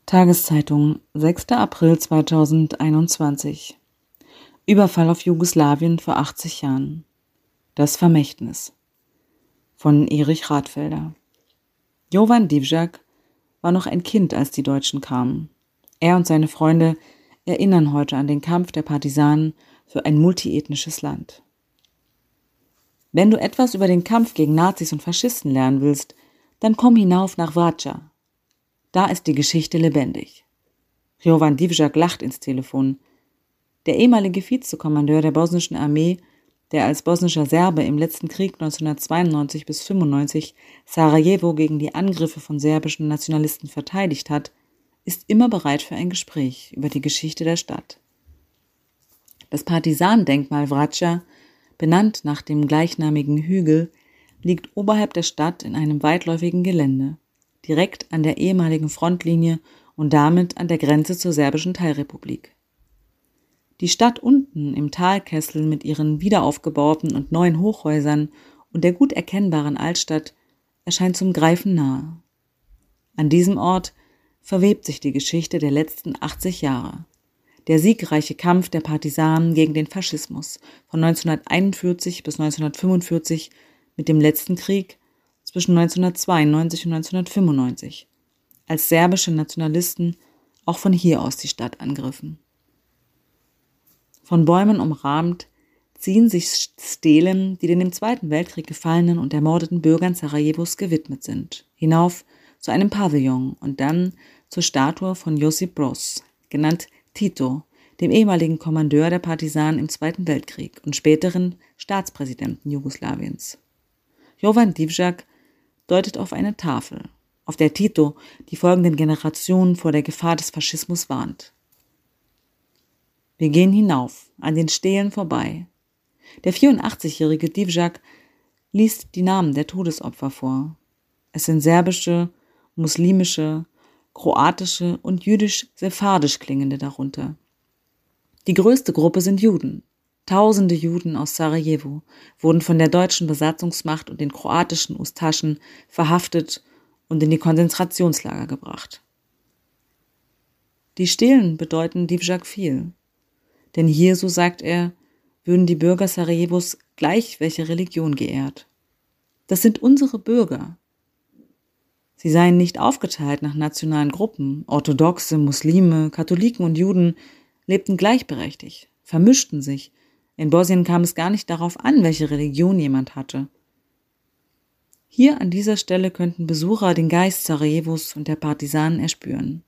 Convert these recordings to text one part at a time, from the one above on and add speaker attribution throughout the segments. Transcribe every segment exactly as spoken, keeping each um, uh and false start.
Speaker 1: Tageszeitung, sechster April zweitausendeinundzwanzig. Überfall auf Jugoslawien vor achtzig Jahren. Das Vermächtnis. Von Erich Radfelder. Jovan Divjak war noch ein Kind, als die Deutschen kamen. Er und seine Freunde erinnern heute an den Kampf der Partisanen für ein multiethnisches Land. Wenn du etwas über den Kampf gegen Nazis und Faschisten lernen willst, dann komm hinauf nach Vrača. Da ist die Geschichte lebendig. Jovan Divjak lacht ins Telefon. Der ehemalige Vizekommandeur der bosnischen Armee, der als bosnischer Serbe im letzten Krieg neunzehnhundertzweiundneunzig bis fünfundneunzig Sarajevo gegen die Angriffe von serbischen Nationalisten verteidigt hat, ist immer bereit für ein Gespräch über die Geschichte der Stadt. Das Partisanendenkmal Vrača, benannt nach dem gleichnamigen Hügel, liegt oberhalb der Stadt in einem weitläufigen Gelände, direkt an der ehemaligen Frontlinie und damit an der Grenze zur serbischen Teilrepublik. Die Stadt unten im Talkessel mit ihren wiederaufgebauten und neuen Hochhäusern und der gut erkennbaren Altstadt erscheint zum Greifen nahe. An diesem Ort verwebt sich die Geschichte der letzten achtzig Jahre. Der siegreiche Kampf der Partisanen gegen den Faschismus von neunzehnhunderteinundvierzig bis neunzehnhundertfünfundvierzig mit dem letzten Krieg zwischen neunzehnhundertzweiundneunzig und neunzehnhundertfünfundneunzig, als serbische Nationalisten auch von hier aus die Stadt angriffen. Von Bäumen umrahmt ziehen sich Stelen, die den im Zweiten Weltkrieg gefallenen und ermordeten Bürgern Sarajevos gewidmet sind, hinauf zu einem Pavillon und dann zur Statue von Josip Broz, genannt Tito, dem ehemaligen Kommandeur der Partisanen im Zweiten Weltkrieg und späteren Staatspräsidenten Jugoslawiens. Jovan Divjak deutet auf eine Tafel, auf der Tito die folgenden Generationen vor der Gefahr des Faschismus warnt. Wir gehen hinauf, an den Stelen vorbei. Der vierundachtzigjährige Divjak liest die Namen der Todesopfer vor. Es sind serbische, muslimische, kroatische und jüdisch-sephardisch klingende darunter. Die größte Gruppe sind Juden. Tausende Juden aus Sarajevo wurden von der deutschen Besatzungsmacht und den kroatischen Ustaschen verhaftet und in die Konzentrationslager gebracht. Die Stelen bedeuten Divjak viel. Denn hier, so sagt er, würden die Bürger Sarajevos gleich welcher Religion geehrt. Das sind unsere Bürger. Sie seien nicht aufgeteilt nach nationalen Gruppen. Orthodoxe, Muslime, Katholiken und Juden lebten gleichberechtigt, vermischten sich. In Bosnien kam es gar nicht darauf an, welche Religion jemand hatte. Hier an dieser Stelle könnten Besucher den Geist Sarajevos und der Partisanen erspüren.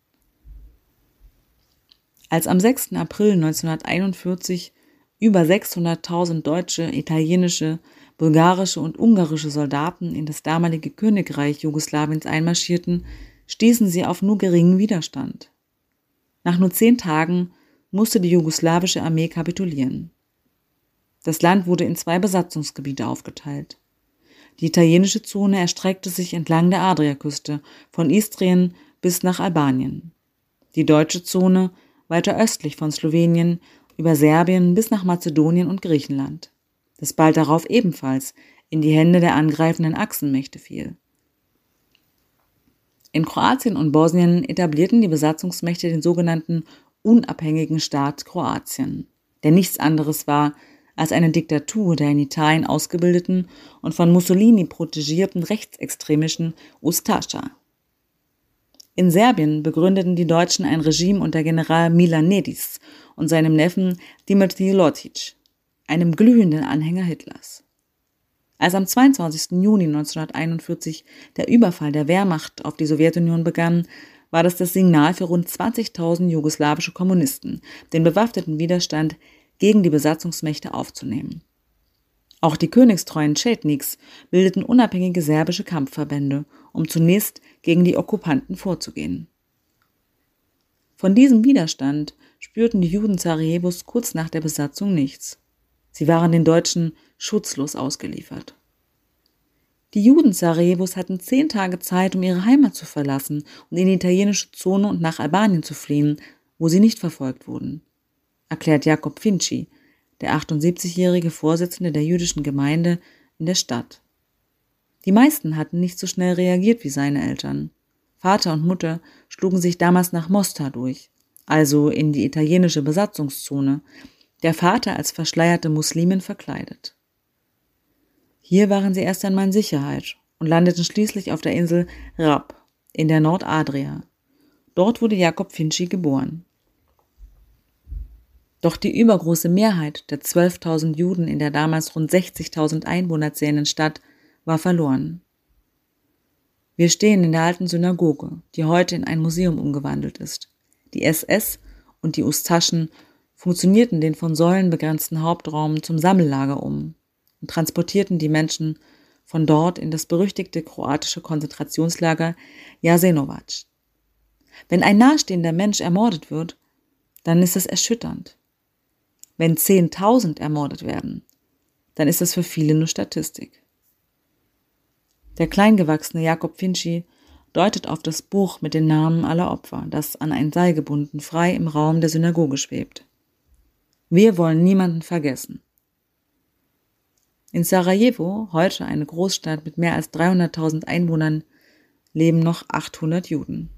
Speaker 1: Als am sechsten April neunzehnhunderteinundvierzig über sechshunderttausend deutsche, italienische, bulgarische und ungarische Soldaten in das damalige Königreich Jugoslawiens einmarschierten, stießen sie auf nur geringen Widerstand. Nach nur zehn Tagen musste die jugoslawische Armee kapitulieren. Das Land wurde in zwei Besatzungsgebiete aufgeteilt. Die italienische Zone erstreckte sich entlang der Adriaküste, von Istrien bis nach Albanien. Die deutsche Zone weiter östlich von Slowenien über Serbien bis nach Mazedonien und Griechenland, das bald darauf ebenfalls in die Hände der angreifenden Achsenmächte fiel. In Kroatien und Bosnien etablierten die Besatzungsmächte den sogenannten unabhängigen Staat Kroatien, der nichts anderes war als eine Diktatur der in Italien ausgebildeten und von Mussolini protegierten rechtsextremischen Ustascha. In Serbien begründeten die Deutschen ein Regime unter General Milan Nedić und seinem Neffen Dimitrij Ljotić, einem glühenden Anhänger Hitlers. Als am zweiundzwanzigsten Juni neunzehnhunderteinundvierzig der Überfall der Wehrmacht auf die Sowjetunion begann, war das das Signal für rund zwanzigtausend jugoslawische Kommunisten, den bewaffneten Widerstand gegen die Besatzungsmächte aufzunehmen. Auch die königstreuen Chetniks bildeten unabhängige serbische Kampfverbände, um zunächst gegen die Okkupanten vorzugehen. Von diesem Widerstand spürten die Juden Sarajevos kurz nach der Besatzung nichts. Sie waren den Deutschen schutzlos ausgeliefert. Die Juden Sarajevos hatten zehn Tage Zeit, um ihre Heimat zu verlassen und in die italienische Zone und nach Albanien zu fliehen, wo sie nicht verfolgt wurden, erklärt Jakob Finci, der achtundsiebzigjährige Vorsitzende der jüdischen Gemeinde in der Stadt. Die meisten hatten nicht so schnell reagiert wie seine Eltern. Vater und Mutter schlugen sich damals nach Mostar durch, also in die italienische Besatzungszone, der Vater als verschleierte Muslimin verkleidet. Hier waren sie erst einmal in Sicherheit und landeten schließlich auf der Insel Rab in der Nordadria. Dort wurde Jakob Finci geboren. Doch die übergroße Mehrheit der zwölftausend Juden in der damals rund sechzigtausend Einwohner zählenden Stadt war verloren. Wir stehen in der alten Synagoge, die heute in ein Museum umgewandelt ist. Die S S und die Ustaschen funktionierten den von Säulen begrenzten Hauptraum zum Sammellager um und transportierten die Menschen von dort in das berüchtigte kroatische Konzentrationslager Jasenovac. Wenn ein nahestehender Mensch ermordet wird, dann ist es erschütternd. Wenn zehntausend ermordet werden, dann ist das für viele nur Statistik. Der kleingewachsene Jakob Finci deutet auf das Buch mit den Namen aller Opfer, das an ein Seil gebunden frei im Raum der Synagoge schwebt. Wir wollen niemanden vergessen. In Sarajevo, heute eine Großstadt mit mehr als dreihunderttausend Einwohnern, leben noch achthundert Juden.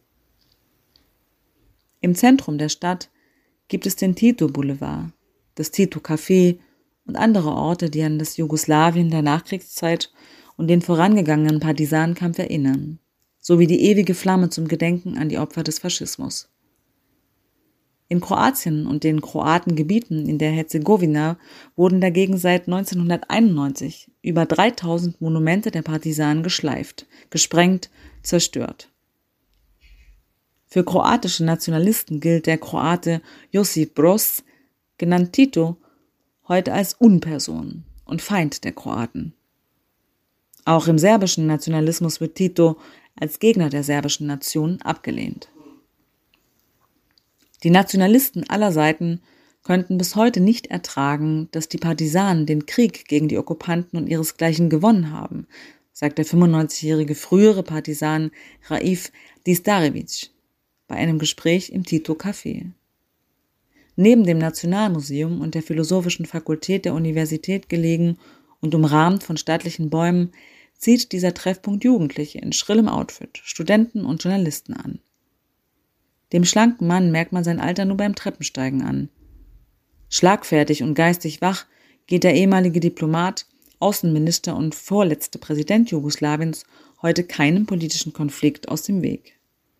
Speaker 1: Im Zentrum der Stadt gibt es den Tito-Boulevard, das Tito-Café und andere Orte, die an das Jugoslawien der Nachkriegszeit und den vorangegangenen Partisanenkampf erinnern, sowie die ewige Flamme zum Gedenken an die Opfer des Faschismus. In Kroatien und den Kroatengebieten in der Herzegowina wurden dagegen seit neunzehnhunderteinundneunzig über dreitausend Monumente der Partisanen geschleift, gesprengt, zerstört. Für kroatische Nationalisten gilt der Kroate Josip Broz, genannt Tito, heute als Unperson und Feind der Kroaten. Auch im serbischen Nationalismus wird Tito als Gegner der serbischen Nation abgelehnt. Die Nationalisten aller Seiten könnten bis heute nicht ertragen, dass die Partisanen den Krieg gegen die Okkupanten und ihresgleichen gewonnen haben, sagt der fünfundneunzigjährige frühere Partisan Raif Distarevic bei einem Gespräch im Tito-Café. Neben dem Nationalmuseum und der Philosophischen Fakultät der Universität gelegen und umrahmt von stattlichen Bäumen, zieht dieser Treffpunkt Jugendliche in schrillem Outfit, Studenten und Journalisten an. Dem schlanken Mann merkt man sein Alter nur beim Treppensteigen an. Schlagfertig und geistig wach geht der ehemalige Diplomat, Außenminister und vorletzte Präsident Jugoslawiens heute keinem politischen Konflikt aus dem Weg.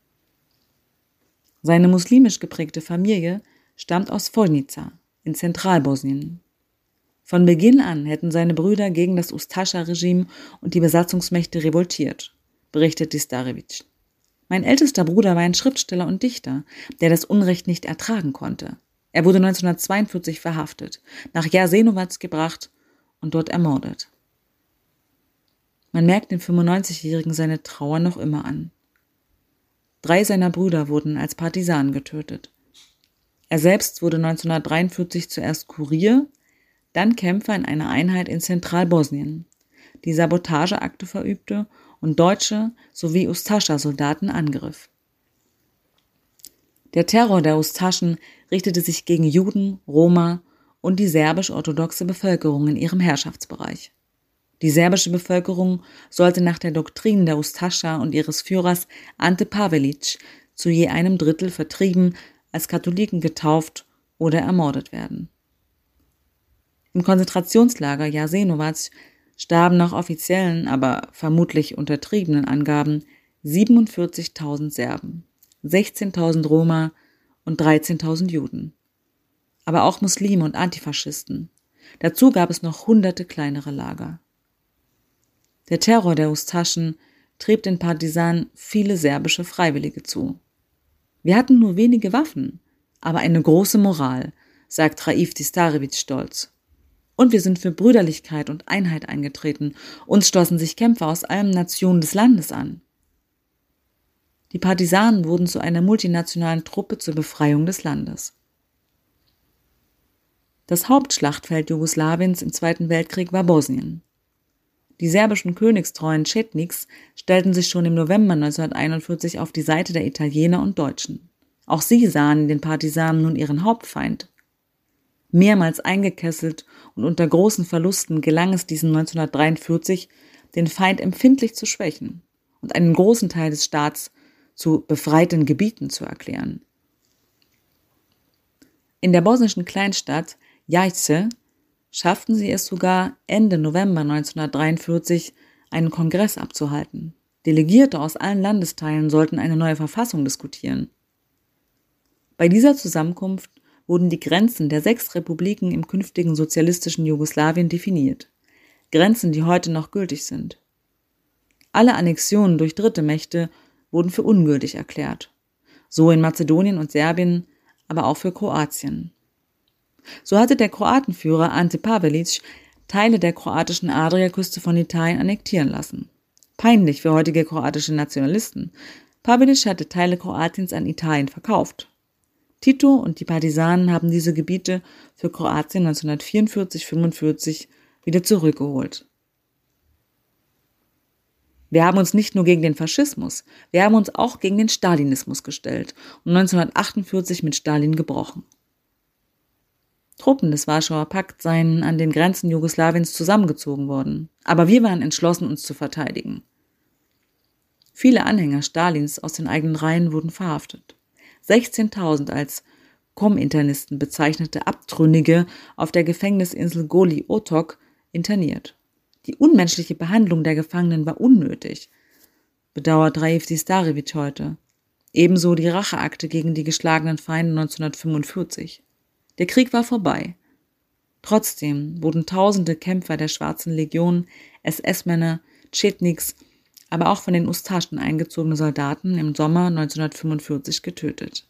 Speaker 1: Seine muslimisch geprägte Familie stammt aus Vojnica in Zentralbosnien. Von Beginn an hätten seine Brüder gegen das Ustascha-Regime und die Besatzungsmächte revoltiert, berichtet Distarevic. Mein ältester Bruder war ein Schriftsteller und Dichter, der das Unrecht nicht ertragen konnte. Er wurde neunzehnhundertzweiundvierzig verhaftet, nach Jasenovac gebracht und dort ermordet. Man merkt dem fünfundneunzigjährigen seine Trauer noch immer an. Drei seiner Brüder wurden als Partisanen getötet. Er selbst wurde neunzehnhundertdreiundvierzig zuerst Kurier, dann Kämpfer in einer Einheit in Zentralbosnien, die Sabotageakte verübte und deutsche sowie Ustascha-Soldaten angriff. Der Terror der Ustaschen richtete sich gegen Juden, Roma und die serbisch-orthodoxe Bevölkerung in ihrem Herrschaftsbereich. Die serbische Bevölkerung sollte nach der Doktrin der Ustascha und ihres Führers Ante Pavelić zu je einem Drittel vertrieben, als Katholiken getauft oder ermordet werden. Im Konzentrationslager Jasenovac starben nach offiziellen, aber vermutlich untertriebenen Angaben siebenundvierzigtausend Serben, sechzehntausend Roma und dreizehntausend Juden. Aber auch Muslime und Antifaschisten. Dazu gab es noch hunderte kleinere Lager. Der Terror der Ustaschen trieb den Partisanen viele serbische Freiwillige zu. Wir hatten nur wenige Waffen, aber eine große Moral, sagt Raif Distarevic stolz. Und wir sind für Brüderlichkeit und Einheit eingetreten. Uns schlossen sich Kämpfer aus allen Nationen des Landes an. Die Partisanen wurden zu einer multinationalen Truppe zur Befreiung des Landes. Das Hauptschlachtfeld Jugoslawiens im Zweiten Weltkrieg war Bosnien. Die serbischen königstreuen Chetniks stellten sich schon im November neunzehnhunderteinundvierzig auf die Seite der Italiener und Deutschen. Auch sie sahen in den Partisanen nun ihren Hauptfeind. Mehrmals eingekesselt und unter großen Verlusten gelang es diesen neunzehnhundertdreiundvierzig, den Feind empfindlich zu schwächen und einen großen Teil des Staats zu befreiten Gebieten zu erklären. In der bosnischen Kleinstadt Jajce schafften sie es sogar Ende November neunzehnhundertdreiundvierzig, einen Kongress abzuhalten. Delegierte aus allen Landesteilen sollten eine neue Verfassung diskutieren. Bei dieser Zusammenkunft wurden die Grenzen der sechs Republiken im künftigen sozialistischen Jugoslawien definiert. Grenzen, die heute noch gültig sind. Alle Annexionen durch dritte Mächte wurden für ungültig erklärt. So in Mazedonien und Serbien, aber auch für Kroatien. So hatte der Kroatenführer Ante Pavelić Teile der kroatischen Adriaküste von Italien annektieren lassen. Peinlich für heutige kroatische Nationalisten. Pavelić hatte Teile Kroatiens an Italien verkauft. Tito und die Partisanen haben diese Gebiete für Kroatien neunzehnhundertvierundvierzig fünfundvierzig wieder zurückgeholt. Wir haben uns nicht nur gegen den Faschismus, wir haben uns auch gegen den Stalinismus gestellt und neunzehnhundertachtundvierzig mit Stalin gebrochen. Truppen des Warschauer Pakts seien an den Grenzen Jugoslawiens zusammengezogen worden, aber wir waren entschlossen, uns zu verteidigen. Viele Anhänger Stalins aus den eigenen Reihen wurden verhaftet. sechzehntausend als Kominternisten bezeichnete Abtrünnige auf der Gefängnisinsel Goli Otok interniert. Die unmenschliche Behandlung der Gefangenen war unnötig, bedauert Raif Distarevic heute. Ebenso die Racheakte gegen die geschlagenen Feinde neunzehnhundertfünfundvierzig. Der Krieg war vorbei. Trotzdem wurden tausende Kämpfer der Schwarzen Legion, S S-Männer, Chetniks, aber auch von den Ustaschen eingezogene Soldaten im Sommer neunzehnhundertfünfundvierzig getötet.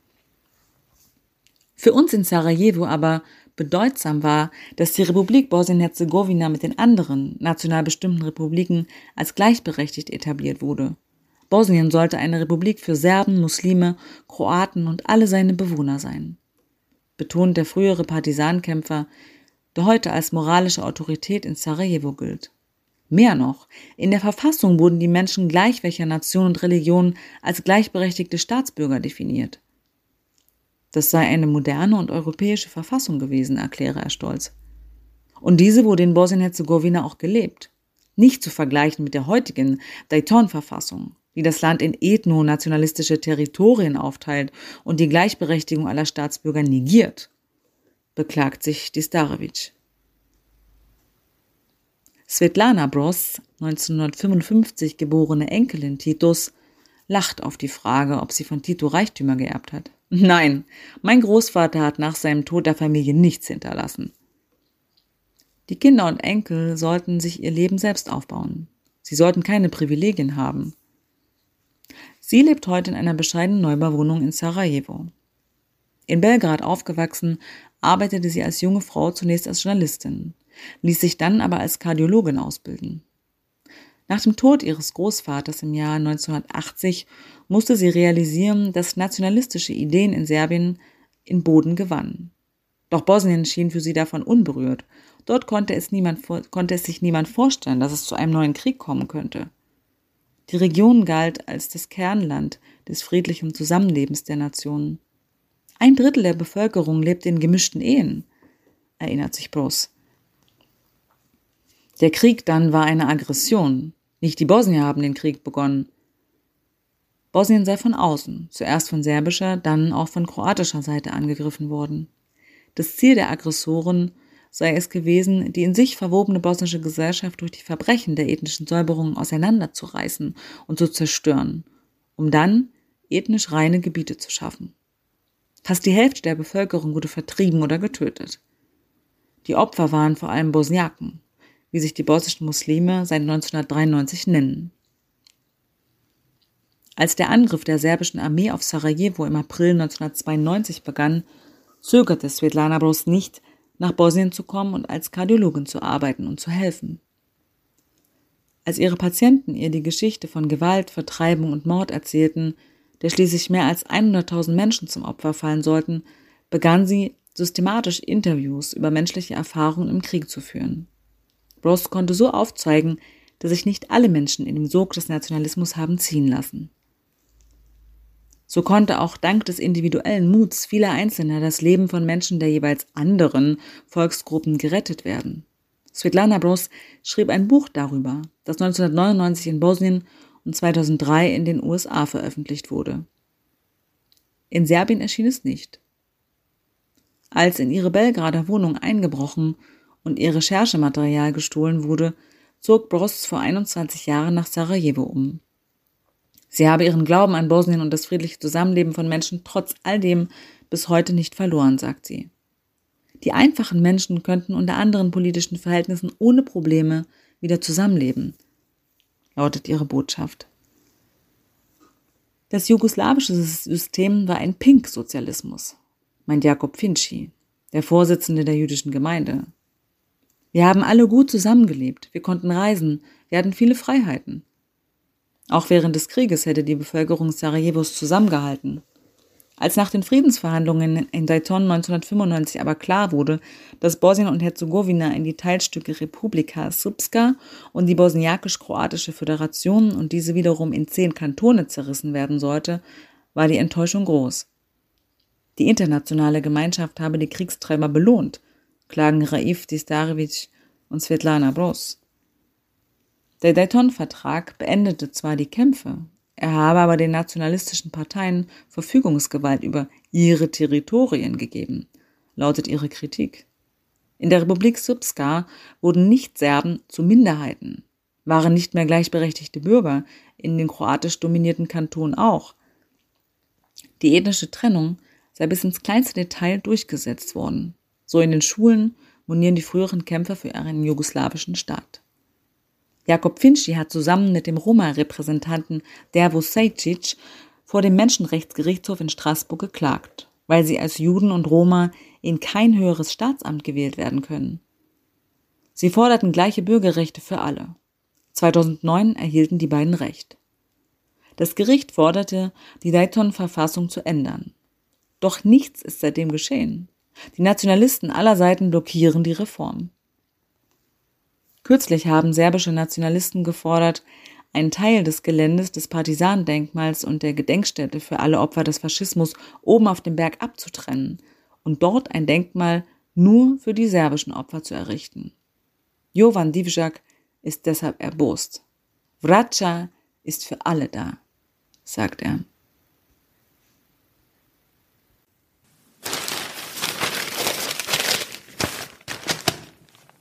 Speaker 1: Für uns in Sarajevo aber bedeutsam war, dass die Republik Bosnien-Herzegowina mit den anderen national bestimmten Republiken als gleichberechtigt etabliert wurde. Bosnien sollte eine Republik für Serben, Muslime, Kroaten und alle seine Bewohner sein, betont der frühere Partisanenkämpfer, der heute als moralische Autorität in Sarajevo gilt. Mehr noch, in der Verfassung wurden die Menschen gleich welcher Nation und Religion als gleichberechtigte Staatsbürger definiert. Das sei eine moderne und europäische Verfassung gewesen, erkläre er stolz. Und diese wurde in Bosnien-Herzegowina auch gelebt. Nicht zu vergleichen mit der heutigen Dayton-Verfassung, die das Land in ethno-nationalistische Territorien aufteilt und die Gleichberechtigung aller Staatsbürger negiert, beklagt sich Distarevic. Svetlana Broz, neunzehnhundertfünfundfünfzig geborene Enkelin Titos, lacht auf die Frage, ob sie von Tito Reichtümer geerbt hat. Nein, mein Großvater hat nach seinem Tod der Familie nichts hinterlassen. Die Kinder und Enkel sollten sich ihr Leben selbst aufbauen. Sie sollten keine Privilegien haben. Sie lebt heute in einer bescheidenen Neubauwohnung in Sarajevo. In Belgrad aufgewachsen, arbeitete sie als junge Frau zunächst als Journalistin, ließ sich dann aber als Kardiologin ausbilden. Nach dem Tod ihres Großvaters im Jahr neunzehnhundertachtzig musste sie realisieren, dass nationalistische Ideen in Serbien in Boden gewannen. Doch Bosnien schien für sie davon unberührt. Dort konnte es, niemand, konnte es sich niemand vorstellen, dass es zu einem neuen Krieg kommen könnte. Die Region galt als das Kernland des friedlichen Zusammenlebens der Nationen. Ein Drittel der Bevölkerung lebte in gemischten Ehen, erinnert sich Broz. Der Krieg dann war eine Aggression. Nicht die Bosnier haben den Krieg begonnen. Bosnien sei von außen, zuerst von serbischer, dann auch von kroatischer Seite angegriffen worden. Das Ziel der Aggressoren sei es gewesen, die in sich verwobene bosnische Gesellschaft durch die Verbrechen der ethnischen Säuberung auseinanderzureißen und zu zerstören, um dann ethnisch reine Gebiete zu schaffen. Fast die Hälfte der Bevölkerung wurde vertrieben oder getötet. Die Opfer waren vor allem Bosniaken, wie sich die bosnischen Muslime seit neunzehnhundertdreiundneunzig nennen. Als der Angriff der serbischen Armee auf Sarajevo im April neunzehnhundertzweiundneunzig begann, zögerte Svetlana Broz nicht, nach Bosnien zu kommen und als Kardiologin zu arbeiten und zu helfen. Als ihre Patienten ihr die Geschichte von Gewalt, Vertreibung und Mord erzählten, der schließlich mehr als hunderttausend Menschen zum Opfer fallen sollten, begann sie, systematisch Interviews über menschliche Erfahrungen im Krieg zu führen. Broz konnte so aufzeigen, dass sich nicht alle Menschen in dem Sog des Nationalismus haben ziehen lassen. So konnte auch dank des individuellen Muts vieler Einzelner das Leben von Menschen der jeweils anderen Volksgruppen gerettet werden. Svetlana Broz schrieb ein Buch darüber, das neunzehnhundertneunundneunzig in Bosnien und zweitausenddrei in den U S A veröffentlicht wurde. In Serbien erschien es nicht. Als in ihre Belgrader Wohnung eingebrochen und ihr Recherchematerial gestohlen wurde, zog Broz vor einundzwanzig Jahren nach Sarajevo um. Sie habe ihren Glauben an Bosnien und das friedliche Zusammenleben von Menschen trotz all dem bis heute nicht verloren, sagt sie. Die einfachen Menschen könnten unter anderen politischen Verhältnissen ohne Probleme wieder zusammenleben, lautet ihre Botschaft. Das jugoslawische System war ein Pink-Sozialismus, meint Jakob Finci, der Vorsitzende der jüdischen Gemeinde. Wir haben alle gut zusammengelebt, wir konnten reisen, wir hatten viele Freiheiten. Auch während des Krieges hätte die Bevölkerung Sarajevos zusammengehalten. Als nach den Friedensverhandlungen in Dayton neunzehnhundertfünfundneunzig aber klar wurde, dass Bosnien und Herzegowina in die Teilstücke Republika Srpska und die bosniakisch-kroatische Föderation und diese wiederum in zehn Kantone zerrissen werden sollte, war die Enttäuschung groß. Die internationale Gemeinschaft habe die Kriegstreiber belohnt, klagen Raif Distarevic und Svetlana Broz. Der Dayton-Vertrag beendete zwar die Kämpfe, er habe aber den nationalistischen Parteien Verfügungsgewalt über ihre Territorien gegeben, lautet ihre Kritik. In der Republik Srpska wurden Nicht-Serben zu Minderheiten, waren nicht mehr gleichberechtigte Bürger, in den kroatisch dominierten Kantonen auch. Die ethnische Trennung sei bis ins kleinste Detail durchgesetzt worden. So in den Schulen monieren die früheren Kämpfer für einen jugoslawischen Staat. Jakob Finci hat zusammen mit dem Roma-Repräsentanten Dervo Sejcic vor dem Menschenrechtsgerichtshof in Straßburg geklagt, weil sie als Juden und Roma in kein höheres Staatsamt gewählt werden können. Sie forderten gleiche Bürgerrechte für alle. zweitausendneun erhielten die beiden Recht. Das Gericht forderte, die Dayton-Verfassung zu ändern. Doch nichts ist seitdem geschehen. Die Nationalisten aller Seiten blockieren die Reform. Kürzlich haben serbische Nationalisten gefordert, einen Teil des Geländes des Partisanendenkmals und der Gedenkstätte für alle Opfer des Faschismus oben auf dem Berg abzutrennen und dort ein Denkmal nur für die serbischen Opfer zu errichten. Jovan Divjak ist deshalb erbost. Vraća ist für alle da, sagt er.